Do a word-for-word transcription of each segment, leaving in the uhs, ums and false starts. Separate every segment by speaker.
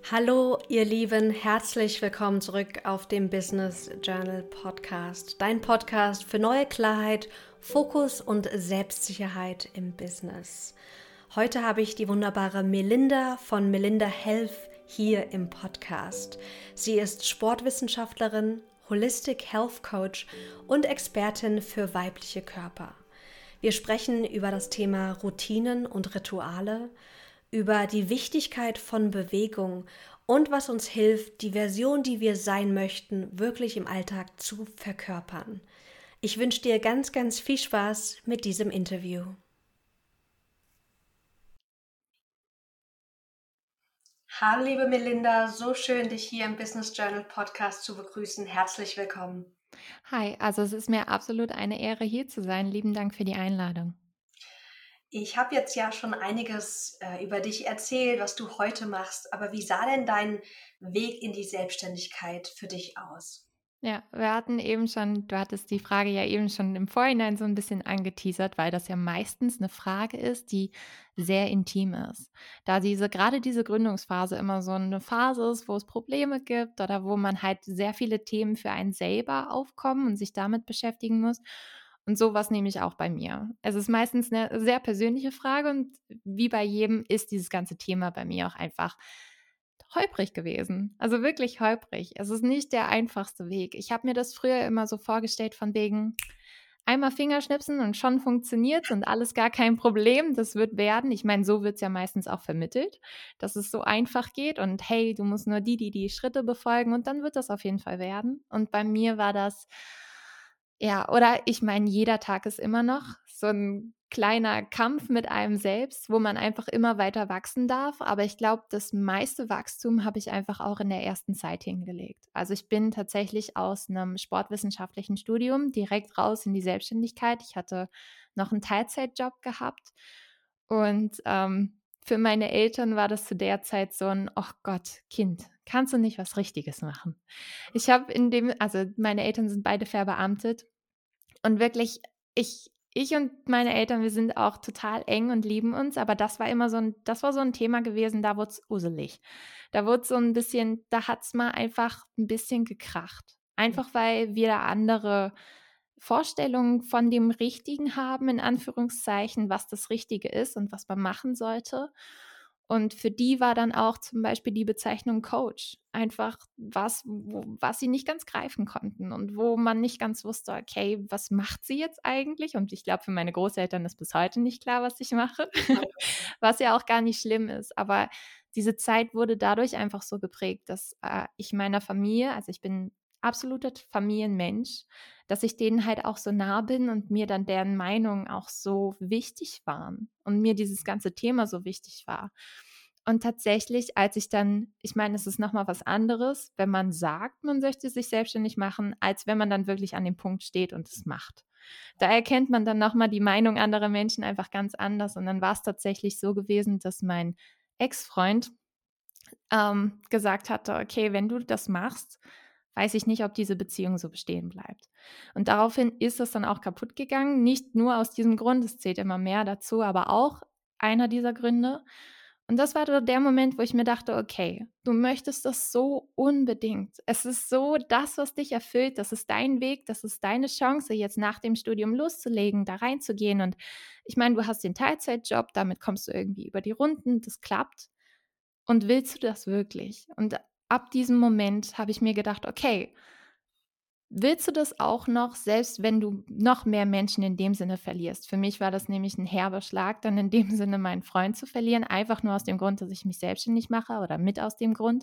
Speaker 1: Hallo, ihr Lieben, herzlich willkommen zurück auf dem Business Journal Podcast. Dein Podcast für neue Klarheit, Fokus und Selbstsicherheit im Business. Heute habe ich die wunderbare Melinda von Melinda Health hier im Podcast. Sie ist Sportwissenschaftlerin, Holistic Health Coach und Expertin für weibliche Körper. Wir sprechen über das Thema Routinen und Rituale, über die Wichtigkeit von Bewegung und was uns hilft, die Version, die wir sein möchten, wirklich im Alltag zu verkörpern. Ich wünsche dir ganz, ganz viel Spaß mit diesem Interview. Hallo liebe Melinda, so schön, dich hier im Business Journal Podcast zu begrüßen. Herzlich willkommen.
Speaker 2: Hi, also es ist mir absolut eine Ehre, hier zu sein. Lieben Dank für die Einladung.
Speaker 1: Ich habe jetzt ja schon einiges äh, über dich erzählt, was du heute machst, aber wie sah denn dein Weg in die Selbstständigkeit für dich aus?
Speaker 2: Ja, wir hatten eben schon, du hattest die Frage ja eben schon im Vorhinein so ein bisschen angeteasert, weil das ja meistens eine Frage ist, die sehr intim ist. Da diese gerade diese Gründungsphase immer so eine Phase ist, wo es Probleme gibt oder wo man halt sehr viele Themen für einen selber aufkommen und sich damit beschäftigen muss. Und so war's nämlich auch bei mir. Es ist meistens eine sehr persönliche Frage und wie bei jedem ist dieses ganze Thema bei mir auch einfach holprig gewesen. Also wirklich holprig. Es ist nicht der einfachste Weg. Ich habe mir das früher immer so vorgestellt von wegen einmal Fingerschnipsen und schon funktioniert's und alles gar kein Problem. Das wird werden. Ich meine, so wird's ja meistens auch vermittelt, dass es so einfach geht und hey, du musst nur die, die die Schritte befolgen und dann wird das auf jeden Fall werden. Und bei mir war das ja, oder ich meine, jeder Tag ist immer noch so ein kleiner Kampf mit einem selbst, wo man einfach immer weiter wachsen darf. Aber ich glaube, das meiste Wachstum habe ich einfach auch in der ersten Zeit hingelegt. Also, ich bin tatsächlich aus einem sportwissenschaftlichen Studium direkt raus in die Selbstständigkeit. Ich hatte noch einen Teilzeitjob gehabt und, ähm, für meine Eltern war das zu der Zeit so ein: „Ach Gott, Kind, kannst du nicht was Richtiges machen?“ Ich habe in dem also, meine Eltern sind beide verbeamtet und wirklich, ich ich und meine Eltern, wir sind auch total eng und lieben uns, aber das war immer so 'n das war so 'n Thema gewesen, da wurd's usselig. Da wurd's so 'n bisschen da hat's mal einfach 'n bisschen gekracht. Einfach weil wir da andere Vorstellungen von dem Richtigen haben, in Anführungszeichen, was das Richtige ist und was man machen sollte. Und für die war dann auch zum Beispiel die Bezeichnung Coach einfach was, wo was sie nicht ganz greifen konnten und wo man nicht ganz wusste: „Okay, was macht sie jetzt eigentlich?“ Und ich glaube, für meine Großeltern ist bis heute nicht klar, was ich mache, was ja auch gar nicht schlimm ist. Aber diese Zeit wurde dadurch einfach so geprägt, dass, äh, ich meiner Familie also, ich bin absoluter Familienmensch, dass ich denen halt auch so nah bin und mir dann deren Meinung auch so wichtig waren und mir dieses ganze Thema so wichtig war. Und tatsächlich, als ich dann ich meine, es ist noch mal was anderes, wenn man sagt, man möchte sich selbstständig machen, als wenn man dann wirklich an dem Punkt steht und es macht. Da erkennt man dann noch mal die Meinung anderer Menschen einfach ganz anders. Und dann war es tatsächlich so gewesen, dass mein Ex-Freund ähm, gesagt hatte: „Okay, wenn du das machst, weiß ich nicht, ob diese Beziehung so bestehen bleibt.“ Und daraufhin ist es dann auch kaputt gegangen. Nicht nur aus diesem Grund, es zählt immer mehr dazu, aber auch einer dieser Gründe. Und das war so der Moment, wo ich mir dachte: „Okay, du möchtest das so unbedingt. Es ist so das, was dich erfüllt. Das ist dein Weg, das ist deine Chance, jetzt nach dem Studium loszulegen, da reinzugehen.“ Und ich meine, du hast den Teilzeitjob, damit kommst du irgendwie über die Runden, das klappt. Und willst du das wirklich? Und ab diesem Moment habe ich mir gedacht: „Okay, willst du das auch noch, selbst wenn du noch mehr Menschen in dem Sinne verlierst?“ Für mich war das nämlich ein herber Schlag, dann in dem Sinne meinen Freund zu verlieren, einfach nur aus dem Grund, dass ich mich selbstständig mache oder mit aus dem Grund.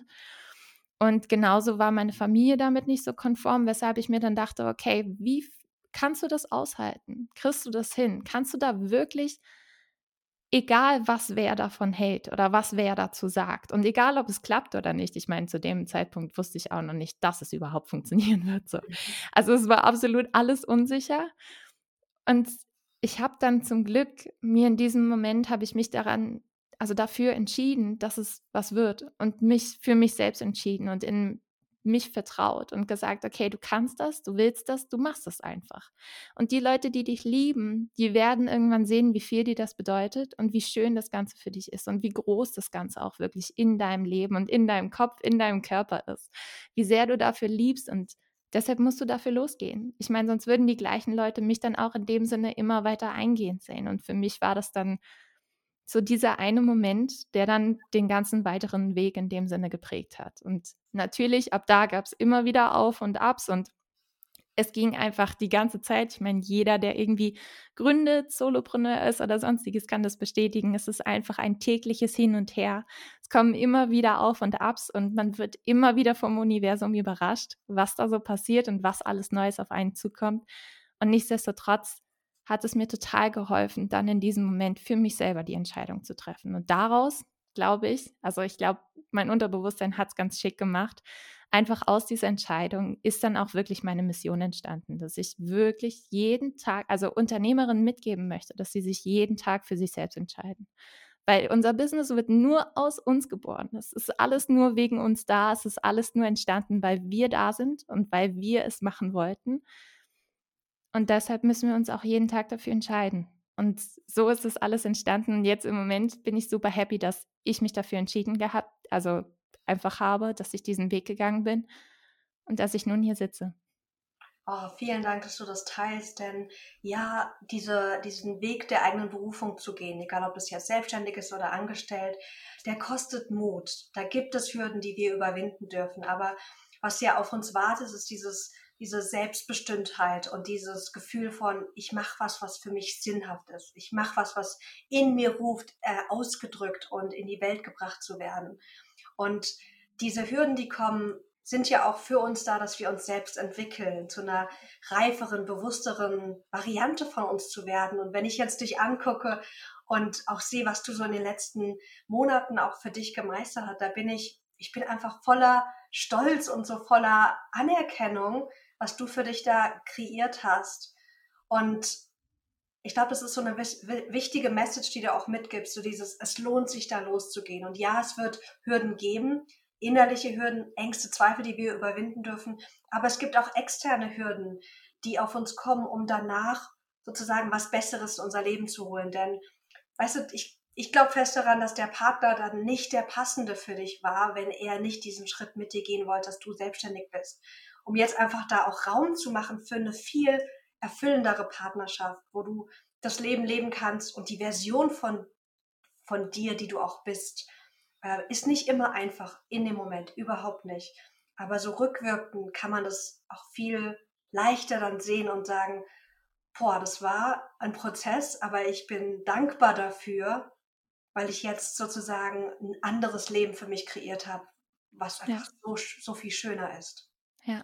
Speaker 2: Und genauso war meine Familie damit nicht so konform, weshalb ich mir dann dachte: „Okay, wie f kannst du das aushalten? Kriegst du das hin? Kannst du da wirklich egal, was wer davon hält oder was wer dazu sagt und egal, ob es klappt oder nicht. Ich meine, zu dem Zeitpunkt wusste ich auch noch nicht, dass es überhaupt funktionieren wird so. Also, es war absolut alles unsicher und ich habe dann zum Glück mir in diesem Moment habe ich mich daran also, dafür entschieden, dass es was wird und mich für mich selbst entschieden und in mich vertraut und gesagt, okay, du kannst das, du willst das, du machst das einfach. Und die Leute, die dich lieben, die werden irgendwann sehen, wie viel dir das bedeutet und wie schön das Ganze für dich ist und wie groß das Ganze auch wirklich in deinem Leben und in deinem Kopf, in deinem Körper ist. Wie sehr du dafür liebst und deshalb musst du dafür losgehen. Ich meine, sonst würden die gleichen Leute mich dann auch in dem Sinne immer weiter eingehend sehen. Und für mich war das dann so dieser eine Moment, der dann den ganzen weiteren Weg in dem Sinne geprägt hat. Und natürlich, ab da gab es immer wieder Auf und Abs und es ging einfach die ganze Zeit. Ich meine, jeder, der irgendwie gründet, Solopreneur ist oder sonstiges, kann das bestätigen. Es ist einfach ein tägliches Hin und Her. Es kommen immer wieder Auf und Abs und man wird immer wieder vom Universum überrascht, was da so passiert und was alles Neues auf einen zukommt. Und nichtsdestotrotz hat es mir total geholfen, dann in diesem Moment für mich selber die Entscheidung zu treffen. Und daraus, glaube ich, also ich glaube, mein Unterbewusstsein hat es ganz schick gemacht, einfach aus dieser Entscheidung ist dann auch wirklich meine Mission entstanden, dass ich wirklich jeden Tag, also Unternehmerinnen mitgeben möchte, dass sie sich jeden Tag für sich selbst entscheiden. Weil unser Business wird nur aus uns geboren. Es ist alles nur wegen uns da. Es ist alles nur entstanden, weil wir da sind und weil wir es machen wollten. Und deshalb müssen wir uns auch jeden Tag dafür entscheiden. Und so ist das alles entstanden. Und jetzt im Moment bin ich super happy, dass ich mich dafür entschieden gehabt, also einfach habe, dass ich diesen Weg gegangen bin und dass ich nun hier sitze.
Speaker 1: Oh, vielen Dank, dass du das teilst, denn ja, diese, diesen Weg der eigenen Berufung zu gehen, egal ob das jetzt selbstständig ist oder angestellt, der kostet Mut. Da gibt es Hürden, die wir überwinden dürfen. Aber was ja auf uns wartet, ist dieses, diese Selbstbestimmtheit und dieses Gefühl von, ich mache was, was für mich sinnhaft ist. Ich mache was, was in mir ruft, äh, ausgedrückt und in die Welt gebracht zu werden. Und diese Hürden, die kommen, sind ja auch für uns da, dass wir uns selbst entwickeln, zu einer reiferen, bewussteren Variante von uns zu werden. Und wenn ich jetzt dich angucke und auch sehe, was du so in den letzten Monaten auch für dich gemeistert hast, da bin ich, ich bin einfach voller Stolz und so voller Anerkennung, was du für dich da kreiert hast. Und ich glaube, das ist so eine wichtige Message, die du auch mitgibst, so dieses, es lohnt sich da loszugehen. Und ja, es wird Hürden geben, innerliche Hürden, Ängste, Zweifel, die wir überwinden dürfen. Aber es gibt auch externe Hürden, die auf uns kommen, um danach sozusagen was Besseres in unser Leben zu holen. Denn, weißt du, ich, ich glaube fest daran, dass der Partner dann nicht der passende für dich war, wenn er nicht diesen Schritt mit dir gehen wollte, dass du selbstständig bist. Um jetzt einfach da auch Raum zu machen für eine viel erfüllendere Partnerschaft, wo du das Leben leben kannst und die Version von, von dir, die du auch bist, äh, ist nicht immer einfach in dem Moment, überhaupt nicht. Aber so rückwirkend kann man das auch viel leichter dann sehen und sagen, boah, das war ein Prozess, aber ich bin dankbar dafür, weil ich jetzt sozusagen ein anderes Leben für mich kreiert habe, was einfach
Speaker 2: Ja.
Speaker 1: so, so viel schöner ist.
Speaker 2: Ja,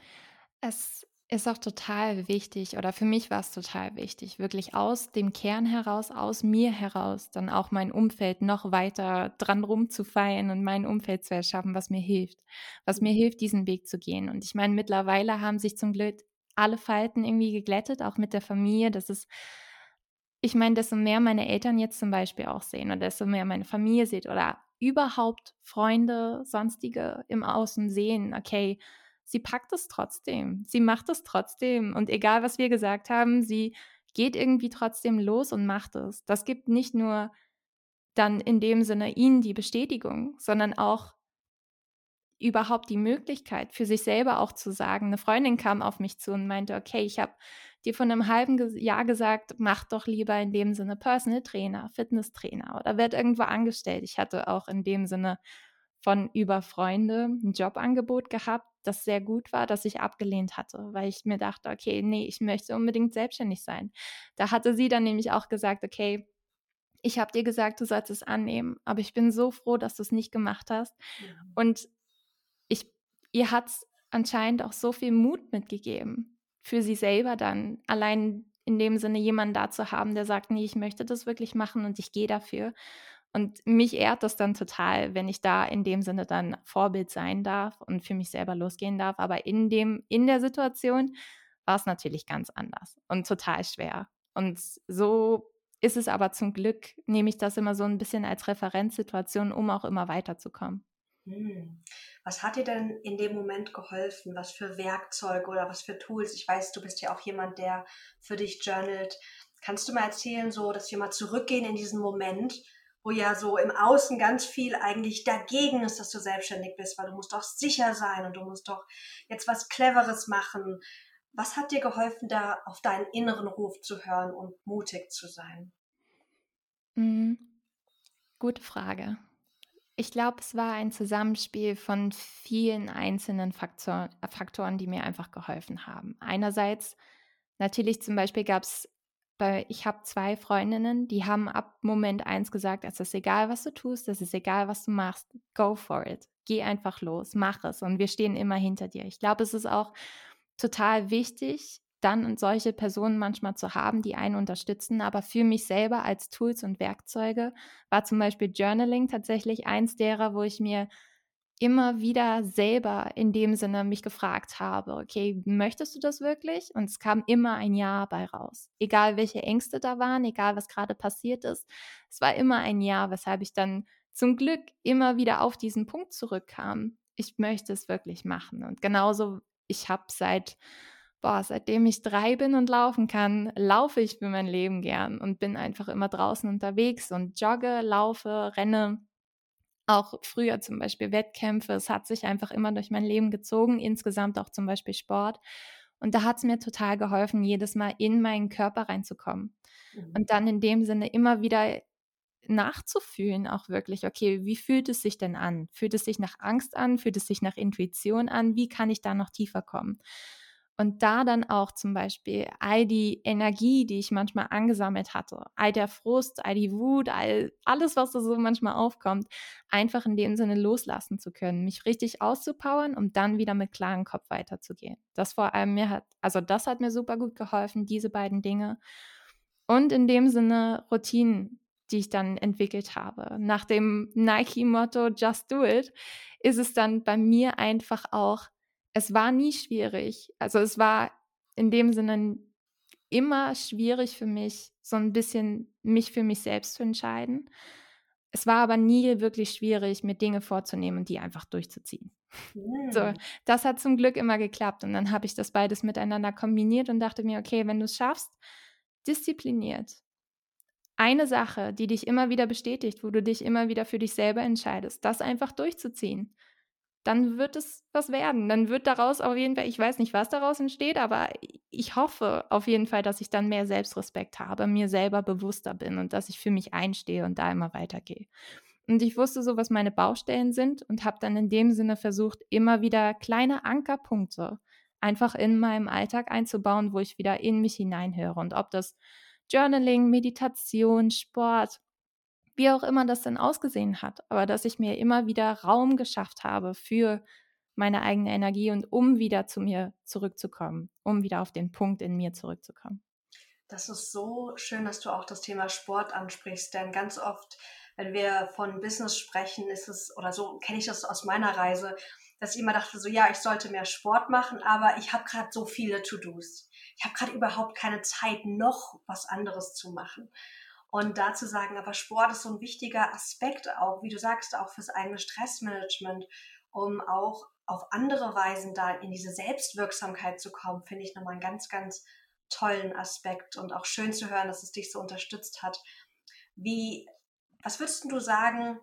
Speaker 2: es ist auch total wichtig oder für mich war es total wichtig, wirklich aus dem Kern heraus, aus mir heraus, dann auch mein Umfeld noch weiter dran rumzufeiern und mein Umfeld zu erschaffen, was mir hilft, was mir hilft, diesen Weg zu gehen. Und ich meine, mittlerweile haben sich zum Glück alle Falten irgendwie geglättet, auch mit der Familie. Das ist, ich meine, desto mehr meine Eltern jetzt zum Beispiel auch sehen oder desto mehr meine Familie sieht oder überhaupt Freunde, sonstige im Außen sehen, okay, sie packt es trotzdem. Sie macht es trotzdem. Und egal, was wir gesagt haben, sie geht irgendwie trotzdem los und macht es. Das gibt nicht nur dann in dem Sinne ihnen die Bestätigung, sondern auch überhaupt die Möglichkeit für sich selber auch zu sagen. Eine Freundin kam auf mich zu und meinte, okay, ich habe dir vor einem halben Ge- Jahr gesagt, mach doch lieber in dem Sinne Personal Trainer, Fitnesstrainer oder werd irgendwo angestellt. Ich hatte auch in dem Sinne von über Freunde ein Jobangebot gehabt, das sehr gut war, das ich abgelehnt hatte, weil ich mir dachte, okay, nee, ich möchte unbedingt selbstständig sein. Da hatte sie dann nämlich auch gesagt, okay, ich habe dir gesagt, du sollst es annehmen, aber ich bin so froh, dass du es nicht gemacht hast.
Speaker 1: Mhm.
Speaker 2: Und ich, ihr hat es anscheinend auch so viel Mut mitgegeben für sie selber dann, allein in dem Sinne jemanden da zu haben, der sagt, nee, ich möchte das wirklich machen und ich gehe dafür. Und mich ehrt das dann total, wenn ich da in dem Sinne dann Vorbild sein darf und für mich selber losgehen darf. Aber in dem, in der Situation war es natürlich ganz anders und total schwer. Und so ist es aber zum Glück, nehme ich das immer so ein bisschen als Referenzsituation, um auch immer weiterzukommen.
Speaker 1: Hm. Was hat dir denn in dem Moment geholfen? Was für Werkzeuge oder was für Tools? Ich weiß, du bist ja auch jemand, der für dich journalt. Kannst du mal erzählen, so, dass wir mal zurückgehen in diesen Moment, wo ja so im Außen ganz viel eigentlich dagegen ist, dass du selbstständig bist, weil du musst doch sicher sein und du musst doch jetzt was Cleveres machen. Was hat dir geholfen, da auf deinen inneren Ruf zu hören und mutig zu sein?
Speaker 2: Mhm. Gute Frage. Ich glaube, es war ein Zusammenspiel von vielen einzelnen Faktor Faktoren, die mir einfach geholfen haben. Einerseits natürlich zum Beispiel gab's bei ich habe zwei Freundinnen, die haben ab Moment eins gesagt: „Es ist egal, was du tust, es ist egal, was du machst. Go for it. Geh einfach los, mach es und wir stehen immer hinter dir.“ Ich glaube, es ist auch total wichtig, dann solche Personen manchmal zu haben, die einen unterstützen. Aber für mich selber als Tools und Werkzeuge war zum Beispiel Journaling tatsächlich eins derer, wo ich mir immer wieder selber in dem Sinne mich gefragt habe: „Okay, möchtest du das wirklich?“ Und es kam immer ein Ja bei raus. Egal, welche Ängste da waren, egal, was gerade passiert ist. Es war immer ein Ja, weshalb ich dann zum Glück immer wieder auf diesen Punkt zurückkam: „Ich möchte es wirklich machen.“ Und genauso, ich habe seit boah, seitdem ich drei bin und laufen kann, laufe ich für mein Leben gern und bin einfach immer draußen unterwegs und jogge, laufe, renne. Auch früher zum Beispiel Wettkämpfe. Es hat sich einfach immer durch mein Leben gezogen, insgesamt auch zum Beispiel Sport. Und da hat's mir total geholfen, jedes Mal in meinen Körper reinzukommen.
Speaker 1: Mhm.
Speaker 2: Und dann in dem Sinne immer wieder nachzufühlen auch wirklich: „Okay, wie fühlt es sich denn an? Fühlt es sich nach Angst an? Fühlt es sich nach Intuition an? Wie kann ich da noch tiefer kommen?“ Und da dann auch zum Beispiel all die Energie, die ich manchmal angesammelt hatte, all der Frust, all die Wut, all alles, was da so manchmal aufkommt, einfach in dem Sinne loslassen zu können, mich richtig auszupowern, um dann wieder mit klarem Kopf weiterzugehen. Das vor allem mir hat also das hat mir super gut geholfen, diese beiden Dinge. Und in dem Sinne Routinen, die ich dann entwickelt habe. Nach dem Nike-Motto „Just do it“ ist es dann bei mir einfach auch es war nie schwierig. Also, es war in dem Sinne immer schwierig für mich, so 'n bisschen mich für mich selbst zu entscheiden. Es war aber nie wirklich schwierig, mir Dinge vorzunehmen und die einfach durchzuziehen. So,
Speaker 1: Hm.
Speaker 2: das hat zum Glück immer geklappt und dann habe ich das beides miteinander kombiniert und dachte mir: „Okay, wenn du's schaffst, diszipliniert eine Sache, die dich immer wieder bestätigt, wo du dich immer wieder für dich selber entscheidest, das einfach durchzuziehen, dann wird es was werden. Dann wird daraus auf jeden Fall ich weiß nicht, was daraus entsteht, aber i ich hoffe auf jeden Fall, dass ich dann mehr Selbstrespekt habe, mir selber bewusster bin und dass ich für mich einstehe und da immer weitergehe. Und ich wusste so, was meine Baustellen sind und habe dann in dem Sinne versucht, immer wieder kleine Ankerpunkte einfach in meinem Alltag einzubauen, wo ich wieder in mich hineinhöre. Und ob das Journaling, Meditation, Sport, wie auch immer das dann ausgesehen hat, aber dass ich mir immer wieder Raum geschafft habe für meine eigene Energie und um wieder zu mir zurückzukommen, um wieder auf den Punkt in mir zurückzukommen.
Speaker 1: Das ist so schön, dass du auch das Thema Sport ansprichst, denn ganz oft, wenn wir von Business sprechen, ist es, oder so kenne ich das aus meiner Reise, dass ich immer dachte, so ja, ich sollte mehr Sport machen, aber ich habe gerade so viele To-Dos. Ich habe gerade überhaupt keine Zeit, noch was anderes zu machen. Und da zu sagen, aber Sport ist so ein wichtiger Aspekt auch, wie du sagst, auch fürs eigene Stressmanagement, um auch auf andere Weisen da in diese Selbstwirksamkeit zu kommen, finde ich nochmal einen ganz, ganz tollen Aspekt und auch schön zu hören, dass es dich so unterstützt hat. Wie, was würdest du sagen,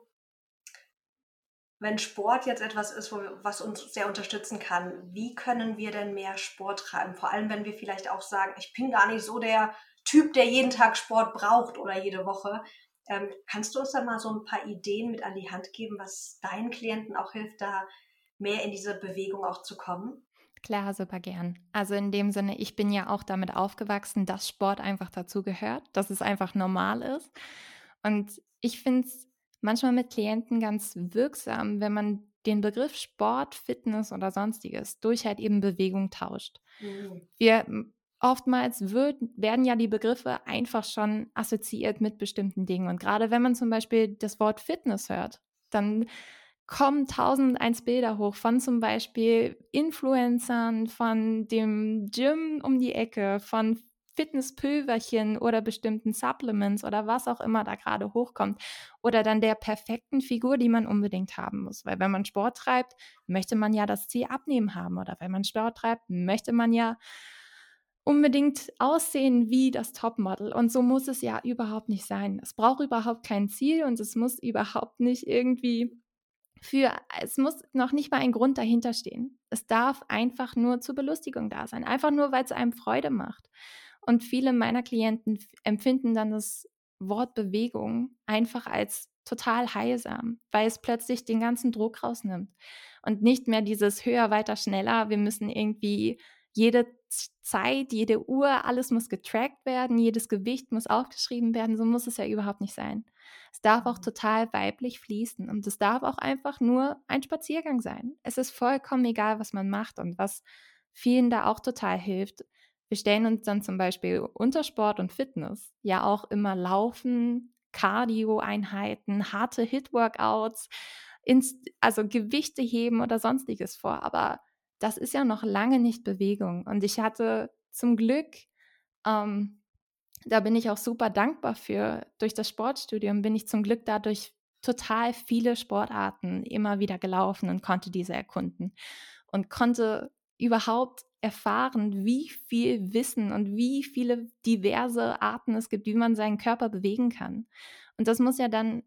Speaker 1: wenn Sport jetzt etwas ist, wo, was uns sehr unterstützen kann, wie können wir denn mehr Sport treiben? Vor allem, wenn wir vielleicht auch sagen, ich bin gar nicht so der Typ, der jeden Tag Sport braucht oder jede Woche. Ähm, kannst du uns da mal so ein paar Ideen mit an die Hand geben, was deinen Klienten auch hilft, da mehr in diese Bewegung auch zu kommen?
Speaker 2: Klar, super gern. Also in dem Sinne, ich bin ja auch damit aufgewachsen, dass Sport einfach dazugehört, dass es einfach normal ist. Und ich finde es manchmal mit Klienten ganz wirksam, wenn man den Begriff Sport, Fitness oder Sonstiges durch halt eben Bewegung tauscht.
Speaker 1: Mhm.
Speaker 2: Wir m, oftmals wird, werden ja die Begriffe einfach schon assoziiert mit bestimmten Dingen. Und gerade wenn man zum Beispiel das Wort Fitness hört, dann kommen tausend und eins Bilder hoch von zum Beispiel Influencern, von dem Gym um die Ecke, von Fitnesspülverchen oder bestimmten Supplements oder was auch immer da gerade hochkommt oder dann der perfekten Figur, die man unbedingt haben muss. Weil wenn man Sport treibt, möchte man ja das Ziel Abnehmen haben oder wenn man Sport treibt, möchte man ja unbedingt aussehen wie das Topmodel. Und so muss es ja überhaupt nicht sein. Es braucht überhaupt kein Ziel und es muss überhaupt nicht irgendwie für, es muss noch nicht mal ein Grund dahinter stehen. Es darf einfach nur zur Belustigung da sein. Einfach nur, weil es einem Freude macht. Und viele meiner Klienten f- empfinden dann das Wort Bewegung einfach als total heilsam, weil es plötzlich den ganzen Druck rausnimmt. Und nicht mehr dieses höher, weiter, schneller. Wir müssen irgendwie jede Z- Zeit, jede Uhr, alles muss getrackt werden, jedes Gewicht muss aufgeschrieben werden. So muss es ja überhaupt nicht sein. Es darf auch total weiblich fließen und es darf auch einfach nur ein Spaziergang sein. Es ist vollkommen egal, was man macht und was vielen da auch total hilft. Wir stellen uns dann zum Beispiel unter Sport und Fitness ja auch immer Laufen, Cardio-Einheiten, harte Hit-Workouts, ins, also Gewichte heben oder sonstiges vor. Aber das ist ja noch lange nicht Bewegung. Und ich hatte zum Glück, ähm, da bin ich auch super dankbar für, durch das Sportstudium bin ich zum Glück dadurch total viele Sportarten immer wieder gelaufen und konnte diese erkunden und konnte überhaupt erfahren, wie viel Wissen und wie viele diverse Arten es gibt, wie man seinen Körper bewegen kann. Und das muss ja dann,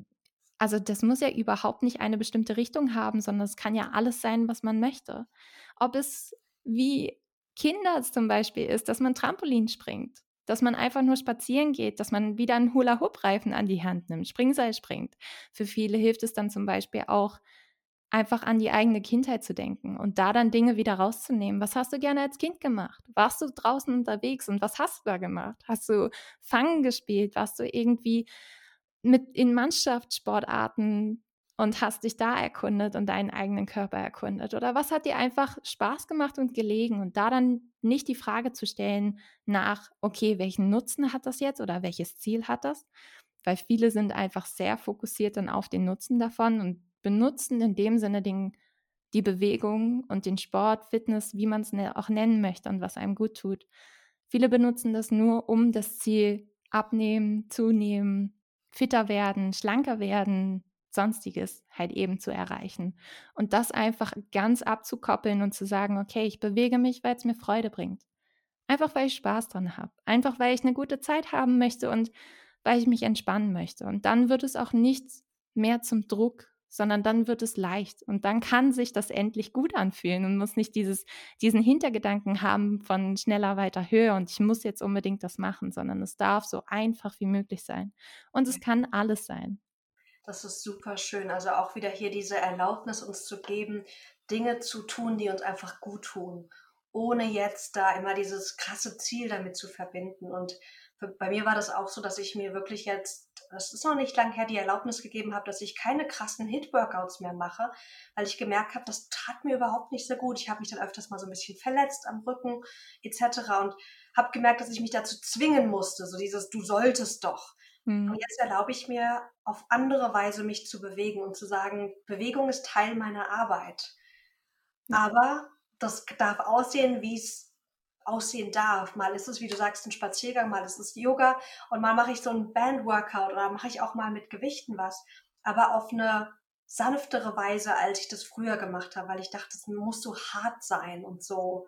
Speaker 2: also das muss ja überhaupt nicht eine bestimmte Richtung haben, sondern es kann ja alles sein, was man möchte. Ob es wie Kinder zum Beispiel ist, dass man Trampolin springt, dass man einfach nur spazieren geht, dass man wieder einen Hula-Hoop-Reifen an die Hand nimmt, Springseil springt. Für viele hilft es dann zum Beispiel auch, einfach an die eigene Kindheit zu denken und da dann Dinge wieder rauszunehmen. Was hast du gerne als Kind gemacht? Warst du draußen unterwegs und was hast du da gemacht? Hast du Fangen gespielt? Warst du irgendwie mit in Mannschaftssportarten und hast dich da erkundet und deinen eigenen Körper erkundet? Oder was hat dir einfach Spaß gemacht und gelegen? Und da dann nicht die Frage zu stellen nach, okay, welchen Nutzen hat das jetzt oder welches Ziel hat das? Weil viele sind einfach sehr fokussiert dann auf den Nutzen davon und benutzen in dem Sinne den, die Bewegung und den Sport, Fitness, wie man es ne, auch nennen möchte und was einem gut tut. Viele benutzen das nur, um das Ziel abnehmen, zunehmen, fitter werden, schlanker werden, sonstiges halt eben zu erreichen. Und das einfach ganz abzukoppeln und zu sagen, okay, ich bewege mich, weil es mir Freude bringt. Einfach weil ich Spaß dran habe. Einfach weil ich eine gute Zeit haben möchte und weil ich mich entspannen möchte. Und dann wird es auch nicht mehr zum Druck, sondern dann wird es leicht. Und dann kann sich das endlich gut anfühlen und muss nicht dieses, diesen Hintergedanken haben von schneller, weiter, höher und ich muss jetzt unbedingt das machen, sondern es darf so einfach wie möglich sein. Und es kann alles sein.
Speaker 1: Das ist super schön. Also auch wieder hier diese Erlaubnis uns zu geben, Dinge zu tun, die uns einfach gut tun, ohne jetzt da immer dieses krasse Ziel damit zu verbinden. Und für, bei mir war das auch so, dass ich mir wirklich jetzt, es ist noch nicht lang her, die Erlaubnis gegeben habe, dass ich keine krassen Hit-Workouts mehr mache, weil ich gemerkt habe, das tat mir überhaupt nicht so gut. Ich habe mich dann öfters mal so ein bisschen verletzt am Rücken et cetera und habe gemerkt, dass ich mich dazu zwingen musste, so dieses Du solltest doch. Und
Speaker 2: Hm.
Speaker 1: jetzt erlaube ich mir, auf andere Weise mich zu bewegen und zu sagen, Bewegung ist Teil meiner Arbeit.
Speaker 2: Ja.
Speaker 1: Aber das darf aussehen, wie es aussehen darf. Mal ist es, wie du sagst, ein Spaziergang, mal ist es Yoga und mal mache ich so ein Band-Workout oder mache ich auch mal mit Gewichten was. Aber auf eine sanftere Weise, als ich das früher gemacht habe, weil ich dachte, es muss so hart sein und so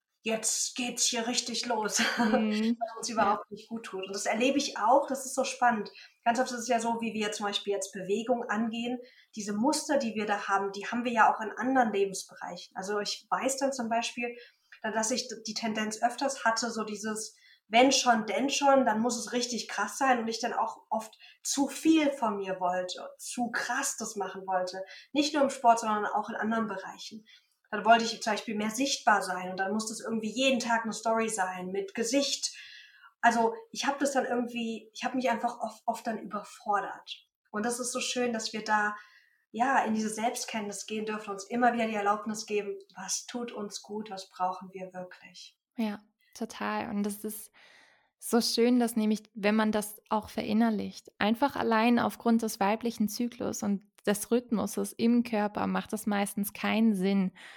Speaker 1: jetzt geht's hier richtig los,
Speaker 2: Hm.
Speaker 1: was uns
Speaker 2: Ja.
Speaker 1: überhaupt nicht gut tut. Und das erlebe ich auch, das ist so spannend. Ganz oft ist es ja so, wie wir zum Beispiel jetzt Bewegung angehen, diese Muster, die wir da haben, die haben wir ja auch in anderen Lebensbereichen. Also ich weiß dann zum Beispiel, dass ich die Tendenz öfters hatte, so dieses wenn schon, denn schon, dann muss es richtig krass sein und ich dann auch oft zu viel von mir wollte, zu krass das machen wollte. Nicht nur im Sport, sondern auch in anderen Bereichen. Dann wollte ich zum Beispiel mehr sichtbar sein und dann musste es irgendwie jeden Tag eine Story sein mit Gesicht. Also ich habe das dann irgendwie, ich habe mich einfach oft, oft dann überfordert. Und das ist so schön, dass wir da ja in diese Selbstkenntnis gehen dürfen, uns immer wieder die Erlaubnis geben, was tut uns gut, was brauchen wir wirklich.
Speaker 2: Ja, total. Und das ist so schön, dass nämlich, wenn man das auch verinnerlicht, einfach allein aufgrund des weiblichen Zyklus und des Rhythmuses im Körper macht es meistens keinen Sinn,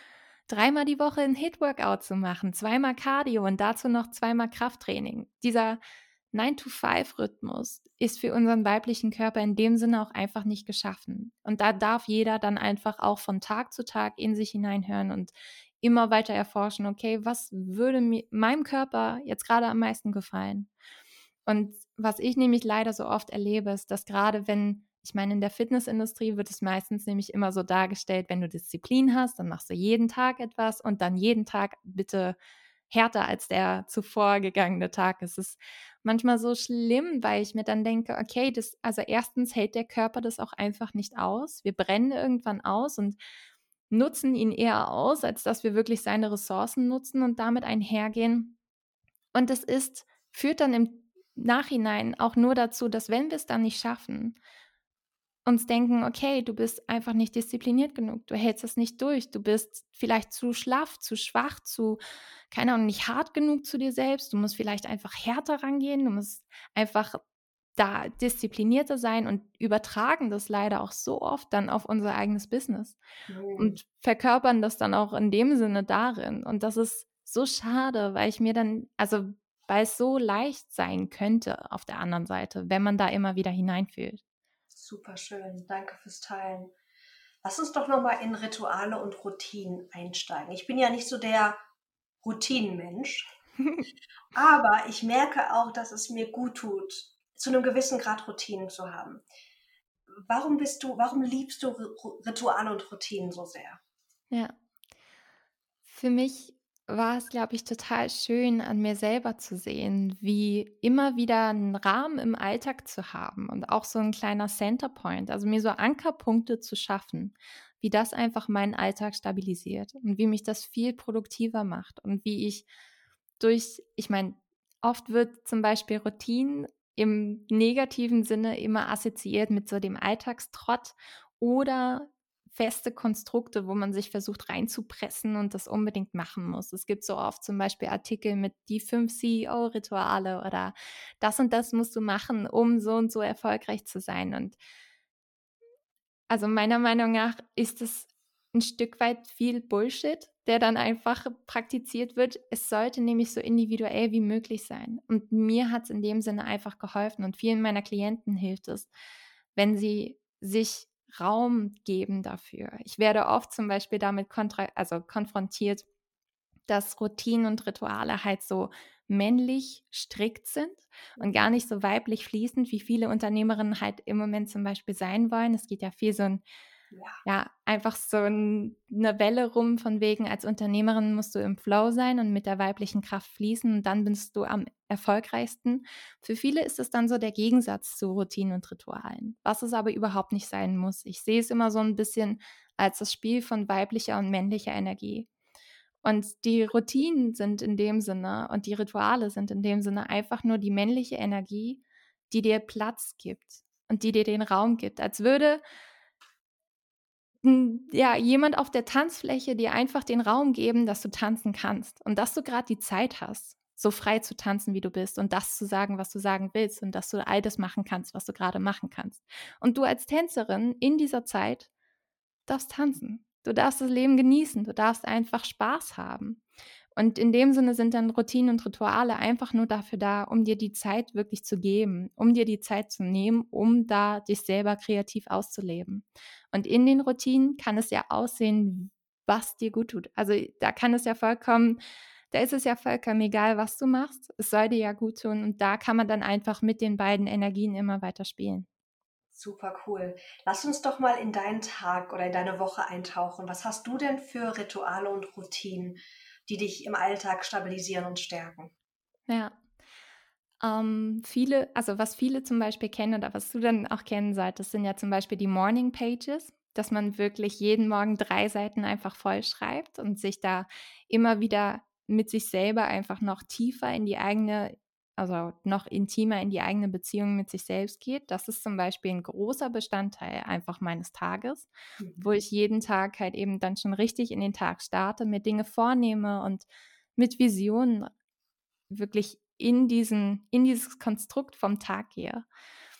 Speaker 2: dreimal die Woche ein Hit-Workout zu machen, zweimal Cardio und dazu noch zweimal Krafttraining. Dieser nine to five Rhythmus ist für unseren weiblichen Körper in dem Sinne auch einfach nicht geschaffen. Und da darf jeder dann einfach auch von Tag zu Tag in sich hineinhören und immer weiter erforschen, okay, was würde mir, meinem Körper jetzt gerade am meisten gefallen? Und was ich nämlich leider so oft erlebe, ist, dass gerade wenn, ich meine, in der Fitnessindustrie wird es meistens nämlich immer so dargestellt, wenn du Disziplin hast, dann machst du jeden Tag etwas und dann jeden Tag bitte härter als der zuvor gegangene Tag. Es ist manchmal so schlimm, weil ich mir dann denke, okay, das, also erstens hält der Körper das auch einfach nicht aus. Wir brennen irgendwann aus und nutzen ihn eher aus, als dass wir wirklich seine Ressourcen nutzen und damit einhergehen. Und es ist, führt dann im Nachhinein auch nur dazu, dass wenn wir es dann nicht schaffen, uns denken, okay, du bist einfach nicht diszipliniert genug, du hältst es nicht durch, du bist vielleicht zu schlaff, zu schwach, zu, keine Ahnung, nicht hart genug zu dir selbst, du musst vielleicht einfach härter rangehen, du musst einfach da disziplinierter sein und übertragen das leider auch so oft dann auf unser eigenes Business
Speaker 1: Mhm.
Speaker 2: und verkörpern das dann auch in dem Sinne darin. Und das ist so schade, weil ich mir dann, also weil es so leicht sein könnte auf der anderen Seite, wenn man da immer wieder hineinfühlt.
Speaker 1: Super schön, danke fürs Teilen. Lass uns doch nochmal in Rituale und Routinen einsteigen. Ich bin ja nicht so der Routinenmensch, aber ich merke auch, dass es mir gut tut, zu einem gewissen Grad Routinen zu haben. Warum bist du, warum liebst du Rituale und Routinen so sehr?
Speaker 2: Ja. Für mich war es, glaube ich, total schön, an mir selber zu sehen, wie immer wieder einen Rahmen im Alltag zu haben und auch so ein kleiner Centerpoint, also mir so Ankerpunkte zu schaffen, wie das einfach meinen Alltag stabilisiert und wie mich das viel produktiver macht und wie ich durch, ich meine, oft wird zum Beispiel Routinen im negativen Sinne immer assoziiert mit so dem Alltagstrott oder feste Konstrukte, wo man sich versucht reinzupressen und das unbedingt machen muss. Es gibt so oft zum Beispiel Artikel mit die fünf C E O-Rituale oder das und das musst du machen, um so und so erfolgreich zu sein. Und also meiner Meinung nach ist es ein Stück weit viel Bullshit, der dann einfach praktiziert wird. Es sollte nämlich so individuell wie möglich sein. Und mir hat es in dem Sinne einfach geholfen und vielen meiner Klienten hilft es, wenn sie sich Raum geben dafür. Ich werde oft zum Beispiel damit kontra also konfrontiert, dass Routinen und Rituale halt so männlich strikt sind und gar nicht so weiblich fließend, wie viele Unternehmerinnen halt im Moment zum Beispiel sein wollen. Es geht ja viel so ein,
Speaker 1: Ja,
Speaker 2: ja, einfach so ein, eine Welle rum von wegen, als Unternehmerin musst du im Flow sein und mit der weiblichen Kraft fließen und dann bist du am erfolgreichsten. Für viele ist es dann so der Gegensatz zu Routinen und Ritualen, was es aber überhaupt nicht sein muss. Ich sehe es immer so ein bisschen als das Spiel von weiblicher und männlicher Energie. Und die Routinen sind in dem Sinne und die Rituale sind in dem Sinne einfach nur die männliche Energie, die dir Platz gibt und die dir den Raum gibt, als würde hm, ja, jemand auf der Tanzfläche dir einfach den Raum geben, dass du tanzen kannst und dass du gerade die Zeit hast, so frei zu tanzen, wie du bist und das zu sagen, was du sagen willst und dass du all das machen kannst, was du gerade machen kannst. Und du als Tänzerin in dieser Zeit darfst tanzen. Du darfst das Leben genießen. Du darfst einfach Spaß haben. Und in dem Sinne sind dann Routinen und Rituale einfach nur dafür da, um dir die Zeit wirklich zu geben, um dir die Zeit zu nehmen, um da dich selber kreativ auszuleben. Und in den Routinen kann es ja aussehen, was dir gut tut. Also da kann es ja vollkommen, da ist es ja vollkommen egal, was du machst. Es soll dir ja gut tun. Und da kann man dann einfach mit den beiden Energien immer weiter spielen.
Speaker 1: super cool. Lass uns doch mal in deinen Tag oder in deine Woche eintauchen. Was hast du denn für Rituale und Routinen, die dich im Alltag stabilisieren und stärken?
Speaker 2: Ja. Ähm, viele, also was viele zum Beispiel kennen oder was du dann auch kennen solltest, sind ja zum Beispiel die Morning Pages, dass man wirklich jeden Morgen drei Seiten einfach voll schreibt und sich da immer wieder mit sich selber einfach noch tiefer in die eigene, also noch intimer in die eigene Beziehung mit sich selbst geht. Das ist zum Beispiel ein großer Bestandteil einfach meines Tages, wo
Speaker 1: Mhm.
Speaker 2: ich jeden Tag halt eben dann schon richtig in den Tag starte, mir Dinge vornehme und mit Visionen wirklich in diesen in dieses Konstrukt vom Tag gehe.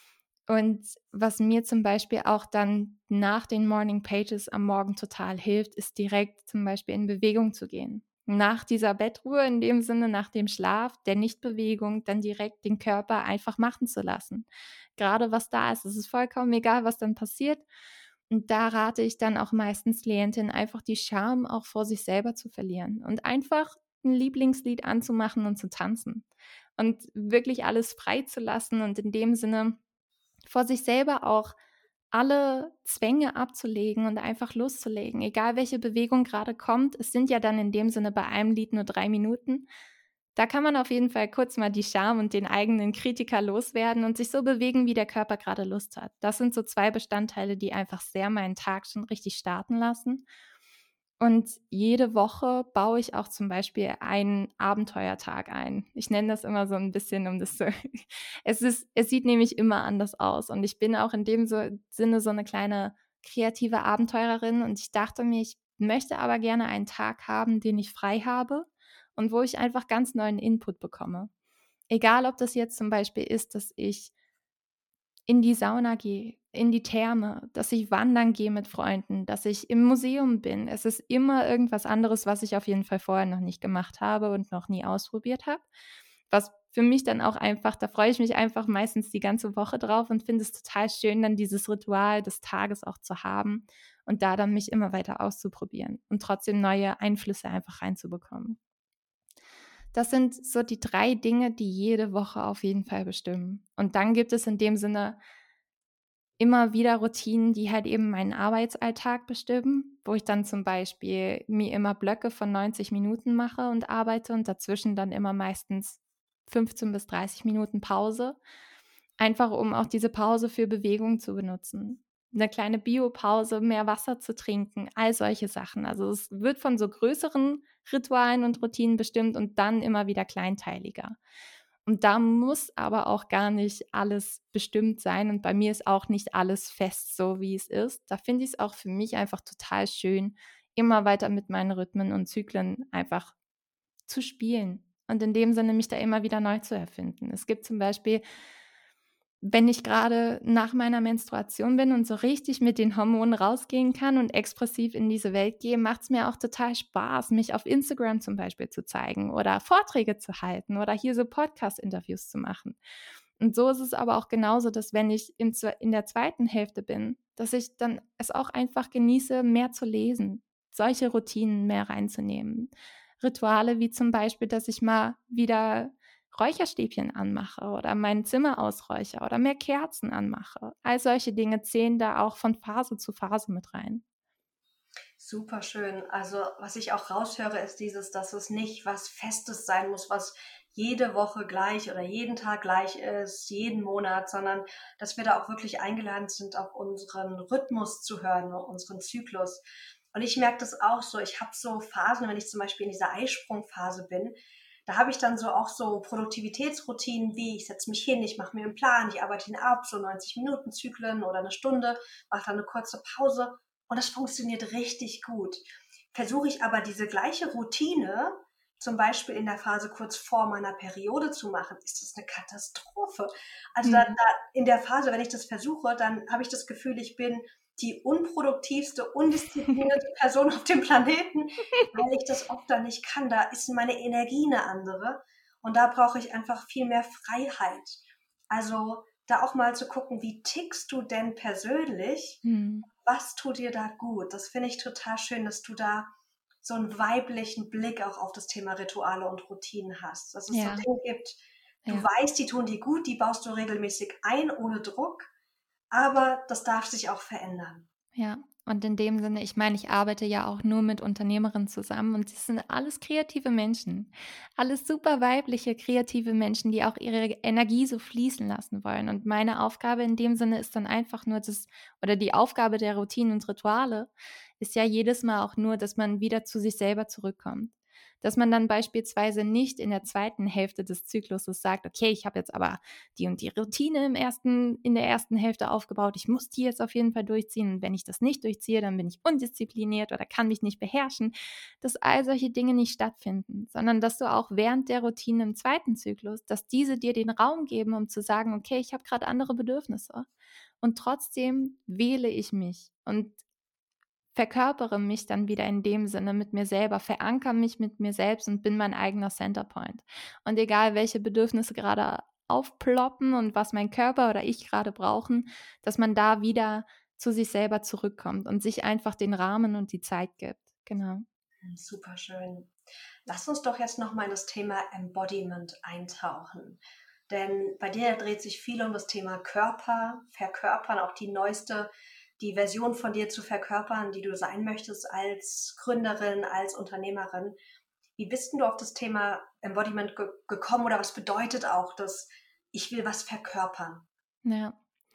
Speaker 2: Und was mir zum Beispiel auch dann nach den Morning Pages am Morgen total hilft, ist direkt zum Beispiel in Bewegung zu gehen. Nach dieser Bettruhe, in dem Sinne, nach dem Schlaf, der Nichtbewegung, dann direkt den Körper einfach machen zu lassen. Gerade was da ist, es ist vollkommen egal, was dann passiert. Und da rate ich dann auch meistens Klientinnen, einfach die Scham auch vor sich selber zu verlieren und einfach ein Lieblingslied anzumachen und zu tanzen und wirklich alles frei zu lassen und in dem Sinne vor sich selber auch alle Zwänge abzulegen und einfach loszulegen, egal welche Bewegung gerade kommt. Es sind ja dann in dem Sinne bei einem Lied nur drei Minuten. Da kann man auf jeden Fall kurz mal die Scham und den eigenen Kritiker loswerden und sich so bewegen, wie der Körper gerade Lust hat. Das sind so zwei Bestandteile, die einfach sehr meinen Tag schon richtig starten lassen. Und jede Woche baue ich auch zum Beispiel einen Abenteuertag ein. Ich nenne das immer so ein bisschen, um das zu es ist es sieht nämlich immer anders aus und ich bin auch in dem so Sinne so eine kleine kreative Abenteurerin und ich dachte mir, ich möchte aber gerne einen Tag haben, den ich frei habe und wo ich einfach ganz neuen Input bekomme. Egal, ob das jetzt zum Beispiel ist, dass ich in die Sauna gehe, in die Therme, dass ich wandern gehe mit Freunden, dass ich im Museum bin. Es ist immer irgendwas anderes, was ich auf jeden Fall vorher noch nicht gemacht habe und noch nie ausprobiert habe. Was für mich dann auch einfach, da freue ich mich einfach meistens die ganze Woche drauf und finde es total schön, dann dieses Ritual des Tages auch zu haben und da dann mich immer weiter auszuprobieren und trotzdem neue Einflüsse einfach reinzubekommen. Das sind so die drei Dinge, die jede Woche auf jeden Fall bestimmen. Und dann gibt es in dem Sinne immer wieder Routinen, die halt eben meinen Arbeitsalltag bestimmen, wo ich dann zum Beispiel mir immer Blöcke von neunzig Minuten mache und arbeite und dazwischen dann immer meistens fünfzehn bis dreißig Minuten Pause, einfach um auch diese Pause für Bewegung zu benutzen. Eine kleine Biopause, mehr Wasser zu trinken, all solche Sachen. Also es wird von so größeren Ritualen und Routinen bestimmt und dann immer wieder kleinteiliger. Und da muss aber auch gar nicht alles bestimmt sein. Und bei mir ist auch nicht alles fest so, wie es ist. Da finde ich es auch für mich einfach total schön, immer weiter mit meinen Rhythmen und Zyklen einfach zu spielen. Und in dem Sinne mich da immer wieder neu zu erfinden. Es gibt zum Beispiel, wenn ich gerade nach meiner Menstruation bin und so richtig mit den Hormonen rausgehen kann und expressiv in diese Welt gehe, macht es mir auch total Spaß, mich auf Instagram zum Beispiel zu zeigen oder Vorträge zu halten oder hier so Podcast-Interviews zu machen. Und so ist es aber auch genauso, dass wenn ich in, in der zweiten Hälfte bin, dass ich dann es auch einfach genieße, mehr zu lesen, solche Routinen mehr reinzunehmen. Rituale wie zum Beispiel, dass ich mal wieder Räucherstäbchen anmache oder mein Zimmer ausräuchere oder mehr Kerzen anmache. All solche Dinge zählen da auch von Phase zu Phase mit rein.
Speaker 1: Super schön. Also was ich auch raushöre, ist dieses, dass es nicht was Festes sein muss, was jede Woche gleich oder jeden Tag gleich ist, jeden Monat, sondern dass wir da auch wirklich eingeladen sind, auf unseren Rhythmus zu hören, unseren Zyklus. Und ich merke das auch so. Ich habe so Phasen, wenn ich zum Beispiel in dieser Eisprungphase bin, da habe ich dann so auch so Produktivitätsroutinen, wie ich setze mich hin, ich mache mir einen Plan, ich arbeite ihn ab, so neunzig Minuten Zyklen oder eine Stunde, mache dann eine kurze Pause und das funktioniert richtig gut. Versuche ich aber diese gleiche Routine zum Beispiel in der Phase kurz vor meiner Periode zu machen, ist das eine Katastrophe. Also mhm. da, da in der Phase, wenn ich das versuche, dann habe ich das Gefühl, ich bin die unproduktivste, undisziplinierte Person auf dem Planeten, weil ich das oft dann nicht kann. Da ist meine Energie eine andere und da brauche ich einfach viel mehr Freiheit. Also da auch mal zu gucken, wie tickst du denn persönlich? Hm. Was tut dir da gut? Das finde ich total schön, dass du da so einen weiblichen Blick auch auf das Thema Rituale und Routinen hast. Dass es ja. so Dinge gibt, du ja. weißt, die tun dir gut, die baust du regelmäßig ein, ohne Druck. Aber das darf sich auch verändern.
Speaker 2: Ja, und in dem Sinne, ich meine, ich arbeite ja auch nur mit Unternehmerinnen zusammen und das sind alles kreative Menschen. Alles super weibliche, kreative Menschen, die auch ihre Energie so fließen lassen wollen. Und meine Aufgabe in dem Sinne ist dann einfach nur das, oder die Aufgabe der Routinen und Rituale ist ja jedes Mal auch nur, dass man wieder zu sich selber zurückkommt. Dass man dann beispielsweise nicht in der zweiten Hälfte des Zykluses sagt, okay, ich habe jetzt aber die und die Routine im ersten, in der ersten Hälfte aufgebaut, ich muss die jetzt auf jeden Fall durchziehen und wenn ich das nicht durchziehe, dann bin ich undiszipliniert oder kann mich nicht beherrschen, dass all solche Dinge nicht stattfinden, sondern dass du auch während der Routine im zweiten Zyklus, dass diese dir den Raum geben, um zu sagen, okay, ich habe gerade andere Bedürfnisse und trotzdem wähle ich mich und verkörpere mich dann wieder in dem Sinne mit mir selber, verankere mich mit mir selbst und bin mein eigener Centerpoint. Und egal, welche Bedürfnisse gerade aufploppen und was mein Körper oder ich gerade brauchen, dass man da wieder zu sich selber zurückkommt und sich einfach den Rahmen und die Zeit gibt. Genau.
Speaker 1: Super schön. Lass uns doch jetzt nochmal in das Thema Embodiment eintauchen. Denn bei dir dreht sich viel um das Thema Körper, Verkörpern, auch die neueste, die Version von dir zu verkörpern, die du sein möchtest als Gründerin, als Unternehmerin. Wie bist denn du auf das Thema Embodiment ge- gekommen oder was bedeutet auch das, ich will was verkörpern?
Speaker 2: Ja,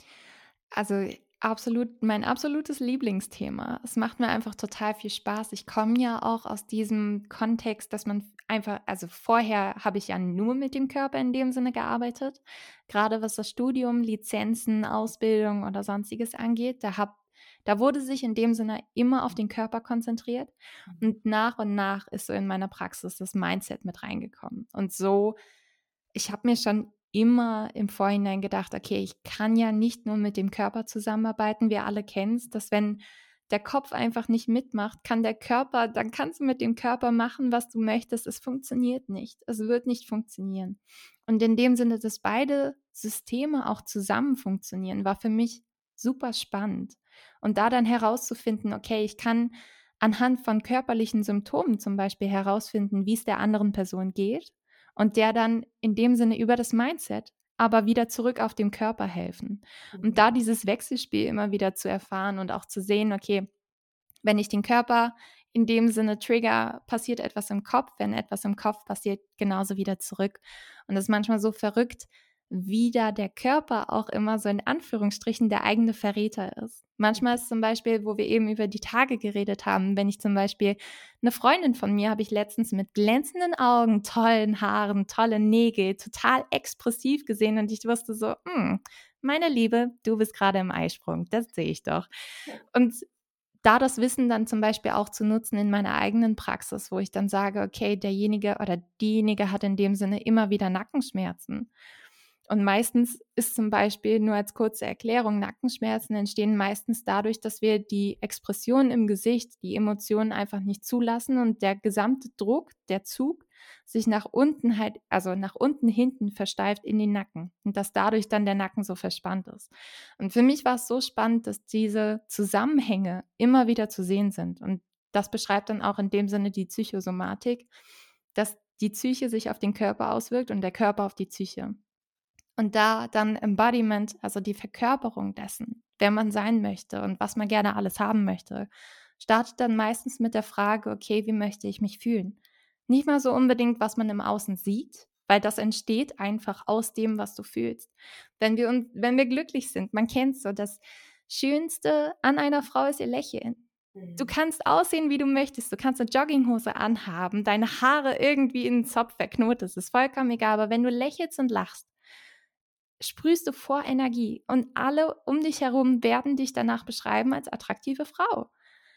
Speaker 2: also absolut mein absolutes Lieblingsthema. Es macht mir einfach total viel Spaß. Ich komme ja auch aus diesem Kontext, dass man einfach, also vorher habe ich ja nur mit dem Körper in dem Sinne gearbeitet. Gerade was das Studium, Lizenzen, Ausbildung oder sonstiges angeht, da hab, da wurde sich in dem Sinne immer auf den Körper konzentriert. Und nach und nach ist so in meiner Praxis das Mindset mit reingekommen. Und so, ich habe mir schon immer im Vorhinein gedacht, okay, ich kann ja nicht nur mit dem Körper zusammenarbeiten. Wir alle kennen es, dass wenn der Kopf einfach nicht mitmacht, kann der Körper, dann kannst du mit dem Körper machen, was du möchtest. Es funktioniert nicht. Es wird nicht funktionieren. Und in dem Sinne, dass beide Systeme auch zusammen funktionieren, war für mich super spannend. Und da dann herauszufinden, okay, ich kann anhand von körperlichen Symptomen zum Beispiel herausfinden, wie es der anderen Person geht und der dann in dem Sinne über das Mindset aber wieder zurück auf dem Körper helfen. Und da dieses Wechselspiel immer wieder zu erfahren und auch zu sehen, okay, wenn ich den Körper in dem Sinne trigger, passiert etwas im Kopf, wenn etwas im Kopf passiert, genauso wieder zurück. Und das ist manchmal so verrückt, wie da der Körper auch immer so in Anführungsstrichen der eigene Verräter ist. Manchmal ist zum Beispiel, wo wir eben über die Tage geredet haben, wenn ich zum Beispiel eine Freundin von mir habe ich letztens mit glänzenden Augen, tollen Haaren, tollen Nägel, total expressiv gesehen und ich wusste so, hm, meine Liebe, du bist gerade im Eisprung, das sehe ich doch. Und da das Wissen dann zum Beispiel auch zu nutzen in meiner eigenen Praxis, wo ich dann sage, okay, derjenige oder diejenige hat in dem Sinne immer wieder Nackenschmerzen. Und meistens ist zum Beispiel, nur als kurze Erklärung, Nackenschmerzen entstehen meistens dadurch, dass wir die Expression im Gesicht, die Emotionen einfach nicht zulassen und der gesamte Druck, der Zug sich nach unten halt, also nach unten hinten versteift in den Nacken und dass dadurch dann der Nacken so verspannt ist. Und für mich war es so spannend, dass diese Zusammenhänge immer wieder zu sehen sind. Und das beschreibt dann auch in dem Sinne die Psychosomatik, dass die Psyche sich auf den Körper auswirkt und der Körper auf die Psyche. Und da dann Embodiment, also die Verkörperung dessen, wer man sein möchte und was man gerne alles haben möchte, startet dann meistens mit der Frage, okay, wie möchte ich mich fühlen? Nicht mal so unbedingt, was man im Außen sieht, weil das entsteht einfach aus dem, was du fühlst. Wenn wir, uns, wenn wir glücklich sind, man kennt so, das Schönste an einer Frau ist ihr Lächeln. Du kannst aussehen, wie du möchtest. Du kannst eine Jogginghose anhaben, deine Haare irgendwie in den Zopf verknotet. Das ist vollkommen egal. Aber wenn du lächelst und lachst, sprühst du vor Energie und alle um dich herum werden dich danach beschreiben als attraktive Frau.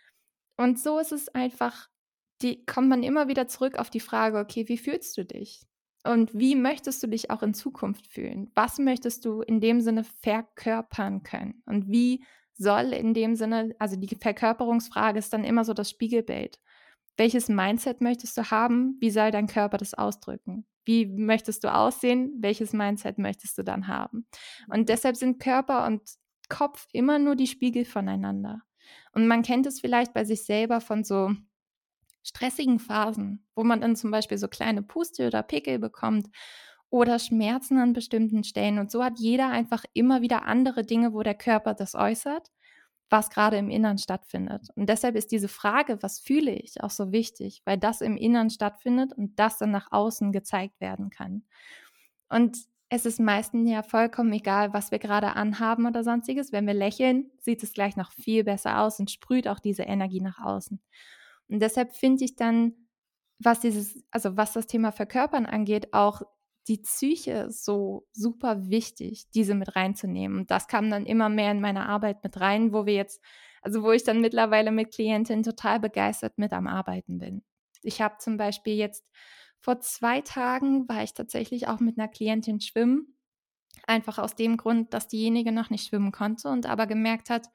Speaker 2: Und so ist es einfach, die kommt man immer wieder zurück auf die Frage, okay, wie fühlst du dich? Und wie möchtest du dich auch in Zukunft fühlen? Was möchtest du in dem Sinne verkörpern können? Und wie soll in dem Sinne, also die Verkörperungsfrage ist dann immer so das Spiegelbild. Welches Mindset möchtest du haben? Wie soll dein Körper das ausdrücken? Wie möchtest du aussehen? Welches Mindset möchtest du dann haben? Und deshalb sind Körper und Kopf immer nur die Spiegel voneinander. Und man kennt es vielleicht bei sich selber von so stressigen Phasen, wo man dann zum Beispiel so kleine Puste oder Pickel bekommt oder Schmerzen an bestimmten Stellen. Und so hat jeder einfach immer wieder andere Dinge, wo der Körper das äußert, was gerade im Innern stattfindet. Und deshalb ist diese Frage, was fühle ich, auch so wichtig, weil das im Innern stattfindet und das dann nach außen gezeigt werden kann. Und es ist meistens ja vollkommen egal, was wir gerade anhaben oder sonstiges. Wenn wir lächeln, sieht es gleich noch viel besser aus und sprüht auch diese Energie nach außen. Und deshalb finde ich dann was dieses, also was das Thema Verkörpern angeht, auch die Psyche ist so super wichtig, diese mit reinzunehmen. Und das kam dann immer mehr in meine Arbeit mit rein, wo wir jetzt, also wo ich dann mittlerweile mit Klientinnen total begeistert mit am Arbeiten bin. Ich habe zum Beispiel jetzt vor zwei Tagen war ich tatsächlich auch mit einer Klientin schwimmen, einfach aus dem Grund, dass diejenige noch nicht schwimmen konnte und aber gemerkt hat,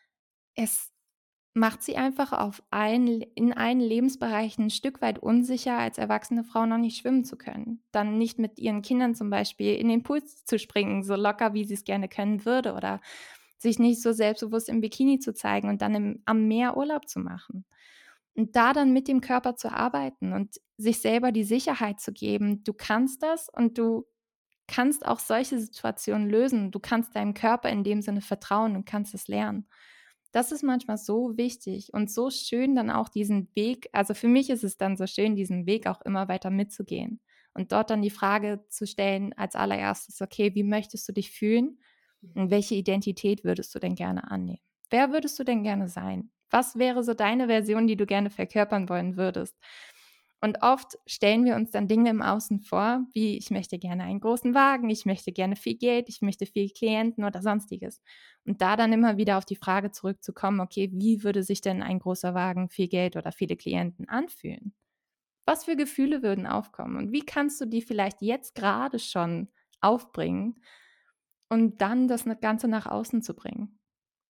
Speaker 2: es macht sie einfach auf ein, in allen Lebensbereichen ein Stück weit unsicher, als erwachsene Frau noch nicht schwimmen zu können. Dann nicht mit ihren Kindern zum Beispiel in den Pool zu springen, so locker, wie sie es gerne können würde, oder sich nicht so selbstbewusst im Bikini zu zeigen und dann im, am Meer Urlaub zu machen. Und da dann mit dem Körper zu arbeiten und sich selber die Sicherheit zu geben, du kannst das und du kannst auch solche Situationen lösen. Du kannst deinem Körper in dem Sinne vertrauen und kannst es lernen. Das ist manchmal so wichtig und so schön, dann auch diesen Weg, also für mich ist es dann so schön, diesen Weg auch immer weiter mitzugehen und dort dann die Frage zu stellen als allererstes, okay, wie möchtest du dich fühlen und welche Identität würdest du denn gerne annehmen? Wer würdest du denn gerne sein? Was wäre so deine Version, die du gerne verkörpern wollen würdest? Und oft stellen wir uns dann Dinge im Außen vor, wie ich möchte gerne einen großen Wagen, ich möchte gerne viel Geld, ich möchte viel Klienten oder sonstiges. Und da dann immer wieder auf die Frage zurückzukommen, okay, wie würde sich denn ein großer Wagen, viel Geld oder viele Klienten anfühlen? Was für Gefühle würden aufkommen? Und wie kannst du die vielleicht jetzt gerade schon aufbringen und dann das Ganze nach außen zu bringen?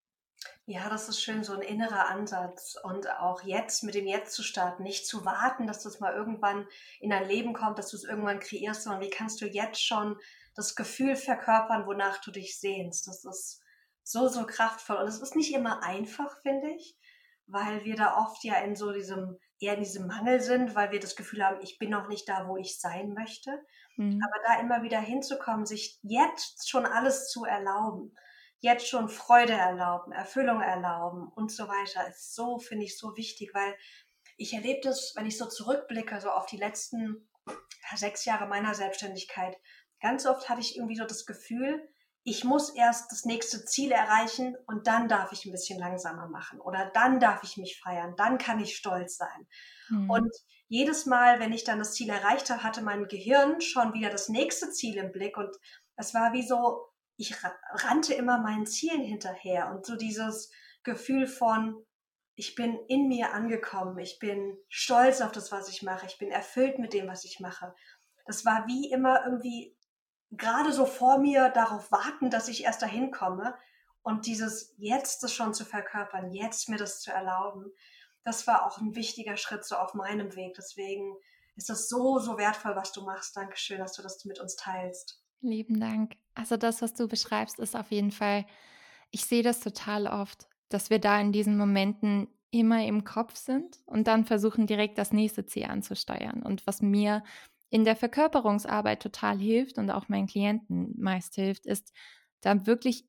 Speaker 1: Ja, das ist schön, so ein innerer Ansatz und auch jetzt mit dem Jetzt zu starten, nicht zu warten, dass das mal irgendwann in dein Leben kommt, dass du es irgendwann kreierst, sondern wie kannst du jetzt schon das Gefühl verkörpern, wonach du dich sehnst. Das ist so, so kraftvoll und es ist nicht immer einfach, finde ich, weil wir da oft ja in so diesem, eher in diesem Mangel sind, weil wir das Gefühl haben, ich bin noch nicht da, wo ich sein möchte.
Speaker 2: Mhm.
Speaker 1: Aber da immer wieder hinzukommen, sich jetzt schon alles zu erlauben, jetzt schon Freude erlauben, Erfüllung erlauben und so weiter, ist so, finde ich, so wichtig, weil ich erlebe das, wenn ich so zurückblicke, so auf die letzten ja, sechs Jahre meiner Selbstständigkeit. Ganz oft hatte ich irgendwie so das Gefühl, ich muss erst das nächste Ziel erreichen und dann darf ich ein bisschen langsamer machen oder dann darf ich mich feiern, dann kann ich stolz sein.
Speaker 2: Mhm.
Speaker 1: Und jedes Mal, wenn ich dann das Ziel erreicht habe, hatte mein Gehirn schon wieder das nächste Ziel im Blick und es war wie so, ich rannte immer meinen Zielen hinterher und so dieses Gefühl von, ich bin in mir angekommen, ich bin stolz auf das, was ich mache, ich bin erfüllt mit dem, was ich mache. Das war wie immer irgendwie gerade so vor mir darauf warten, dass ich erst dahin komme und dieses jetzt das schon zu verkörpern, jetzt mir das zu erlauben, das war auch ein wichtiger Schritt so auf meinem Weg. Deswegen ist das so, so wertvoll, was du machst. Dankeschön, dass du das mit uns teilst.
Speaker 2: Lieben Dank. Also das, was du beschreibst, ist auf jeden Fall, ich sehe das total oft, dass wir da in diesen Momenten immer im Kopf sind und dann versuchen, direkt das nächste Ziel anzusteuern. Und was mir in der Verkörperungsarbeit total hilft und auch meinen Klienten meist hilft, ist, da wirklich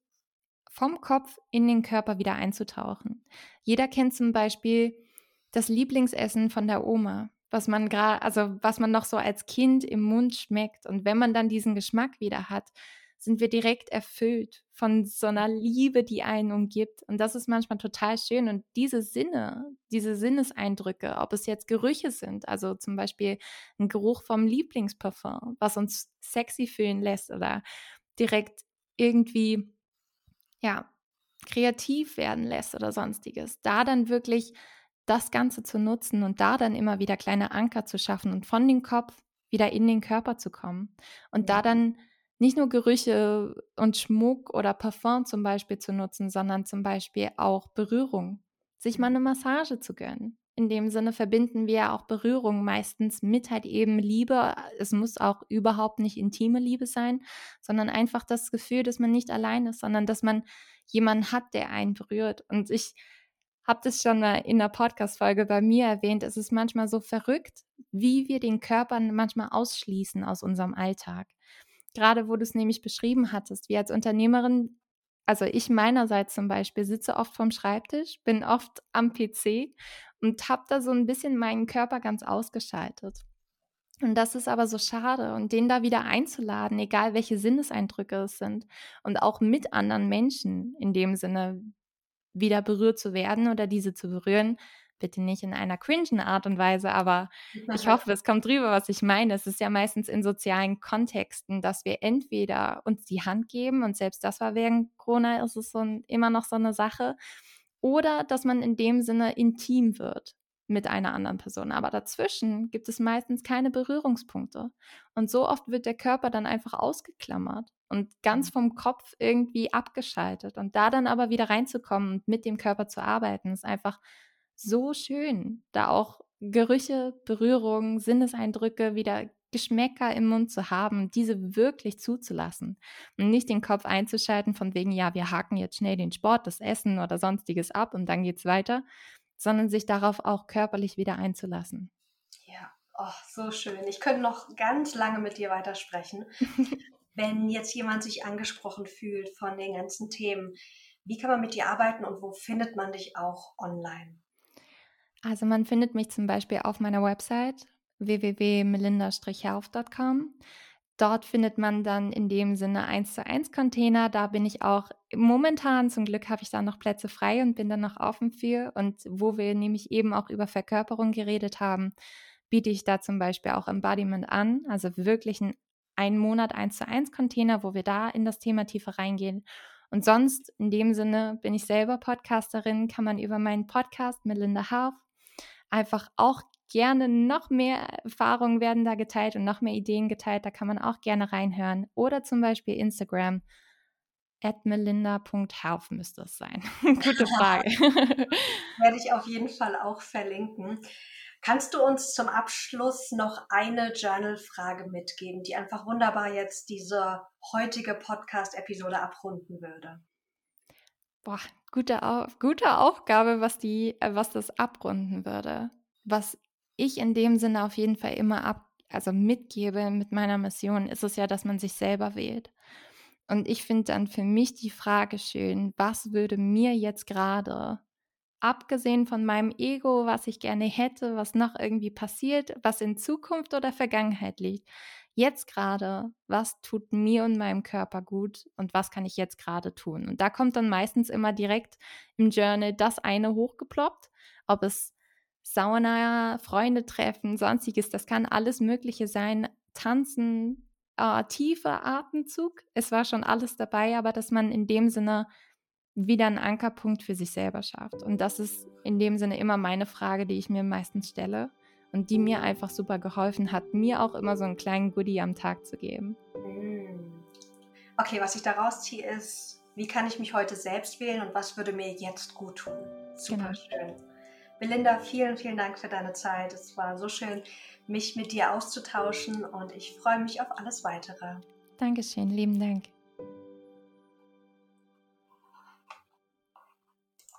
Speaker 2: vom Kopf in den Körper wieder einzutauchen. Jeder kennt zum Beispiel das Lieblingsessen von der Oma, was man gerade, also was man noch so als Kind im Mund schmeckt. Und wenn man dann diesen Geschmack wieder hat, sind wir direkt erfüllt von so einer Liebe, die einen umgibt. Und das ist manchmal total schön. Und diese Sinne, diese Sinneseindrücke, ob es jetzt Gerüche sind, also zum Beispiel ein Geruch vom Lieblingsparfum, was uns sexy fühlen lässt oder direkt irgendwie ja, kreativ werden lässt oder sonstiges. Da dann wirklich das Ganze zu nutzen und da dann immer wieder kleine Anker zu schaffen und von dem Kopf wieder in den Körper zu kommen. Und da dann nicht nur Gerüche und Schmuck oder Parfum zum Beispiel zu nutzen, sondern zum Beispiel auch Berührung. Sich mal eine Massage zu gönnen. In dem Sinne verbinden wir ja auch Berührung meistens mit halt eben Liebe. Es muss auch überhaupt nicht intime Liebe sein, sondern einfach das Gefühl, dass man nicht allein ist, sondern dass man jemanden hat, der einen berührt. Und ich habe das schon mal in einer Podcast-Folge bei mir erwähnt. Es ist manchmal so verrückt, wie wir den Körper manchmal ausschließen aus unserem Alltag. Gerade wo du es nämlich beschrieben hattest, wie als Unternehmerin, also ich meinerseits zum Beispiel sitze oft vorm Schreibtisch, bin oft am P C und habe da so ein bisschen meinen Körper ganz ausgeschaltet. Und das ist aber so schade und den da wieder einzuladen, egal welche Sinneseindrücke es sind und auch mit anderen Menschen in dem Sinne wieder berührt zu werden oder diese zu berühren, bitte nicht in einer cringen Art und Weise, aber ich hoffe, es kommt rüber, was ich meine. Es ist ja meistens in sozialen Kontexten, dass wir entweder uns die Hand geben und selbst das war während Corona, ist es so ein, immer noch so eine Sache, oder dass man in dem Sinne intim wird mit einer anderen Person. Aber dazwischen gibt es meistens keine Berührungspunkte. Und so oft wird der Körper dann einfach ausgeklammert und ganz vom Kopf irgendwie abgeschaltet. Und da dann aber wieder reinzukommen und mit dem Körper zu arbeiten, ist einfach so schön, da auch Gerüche, Berührungen, Sinneseindrücke, wieder Geschmäcker im Mund zu haben, diese wirklich zuzulassen und nicht den Kopf einzuschalten von wegen, ja, wir haken jetzt schnell den Sport, das Essen oder sonstiges ab und dann geht's weiter, sondern sich darauf auch körperlich wieder einzulassen.
Speaker 1: Ja, oh, so schön. Ich könnte noch ganz lange mit dir weitersprechen. Wenn jetzt jemand sich angesprochen fühlt von den ganzen Themen, wie kann man mit dir arbeiten und wo findet man dich auch online?
Speaker 2: Also man findet mich zum Beispiel auf meiner Website w w w punkt melinda strich health punkt com. Dort findet man dann in dem Sinne eins zu eins Container. Da bin ich auch momentan, zum Glück habe ich da noch Plätze frei und bin dann noch offen für. Und wo wir nämlich eben auch über Verkörperung geredet haben, biete ich da zum Beispiel auch Embodiment an. Also wirklich ein ein Monat eins zu eins Container, wo wir da in das Thema tiefer reingehen. Und sonst in dem Sinne bin ich selber Podcasterin, kann man über meinen Podcast Melinda Health einfach auch gerne noch mehr Erfahrungen werden da geteilt und noch mehr Ideen geteilt. Da kann man auch gerne reinhören. Oder zum Beispiel Instagram, at melinda punkt health müsste es sein. Gute Frage.
Speaker 1: Werde ich auf jeden Fall auch verlinken. Kannst du uns zum Abschluss noch eine Journal-Frage mitgeben, die einfach wunderbar jetzt diese heutige Podcast-Episode abrunden würde?
Speaker 2: Boah, gute, Au- gute Aufgabe, was, die, äh, was das abrunden würde. Was ich in dem Sinne auf jeden Fall immer ab, also mitgebe mit meiner Mission, ist es ja, dass man sich selber wählt. Und ich finde dann für mich die Frage schön, was würde mir jetzt gerade, abgesehen von meinem Ego, was ich gerne hätte, was noch irgendwie passiert, was in Zukunft oder Vergangenheit liegt, jetzt gerade, was tut mir und meinem Körper gut und was kann ich jetzt gerade tun? Und da kommt dann meistens immer direkt im Journal das eine hochgeploppt, ob es Sauna, Freunde treffen, sonstiges, das kann alles Mögliche sein, tanzen, äh, tiefer Atemzug, es war schon alles dabei, aber dass man in dem Sinne wieder einen Ankerpunkt für sich selber schafft. Und das ist in dem Sinne immer meine Frage, die ich mir meistens stelle und die mir einfach super geholfen hat, mir auch immer so einen kleinen Goodie am Tag zu geben.
Speaker 1: Okay, was ich daraus ziehe ist, wie kann ich mich heute selbst wählen und was würde mir jetzt gut tun? Super
Speaker 2: Genau.
Speaker 1: schön. Melinda, vielen, vielen Dank für deine Zeit. Es war so schön, mich mit dir auszutauschen und ich freue mich auf alles Weitere.
Speaker 2: Dankeschön, lieben Dank.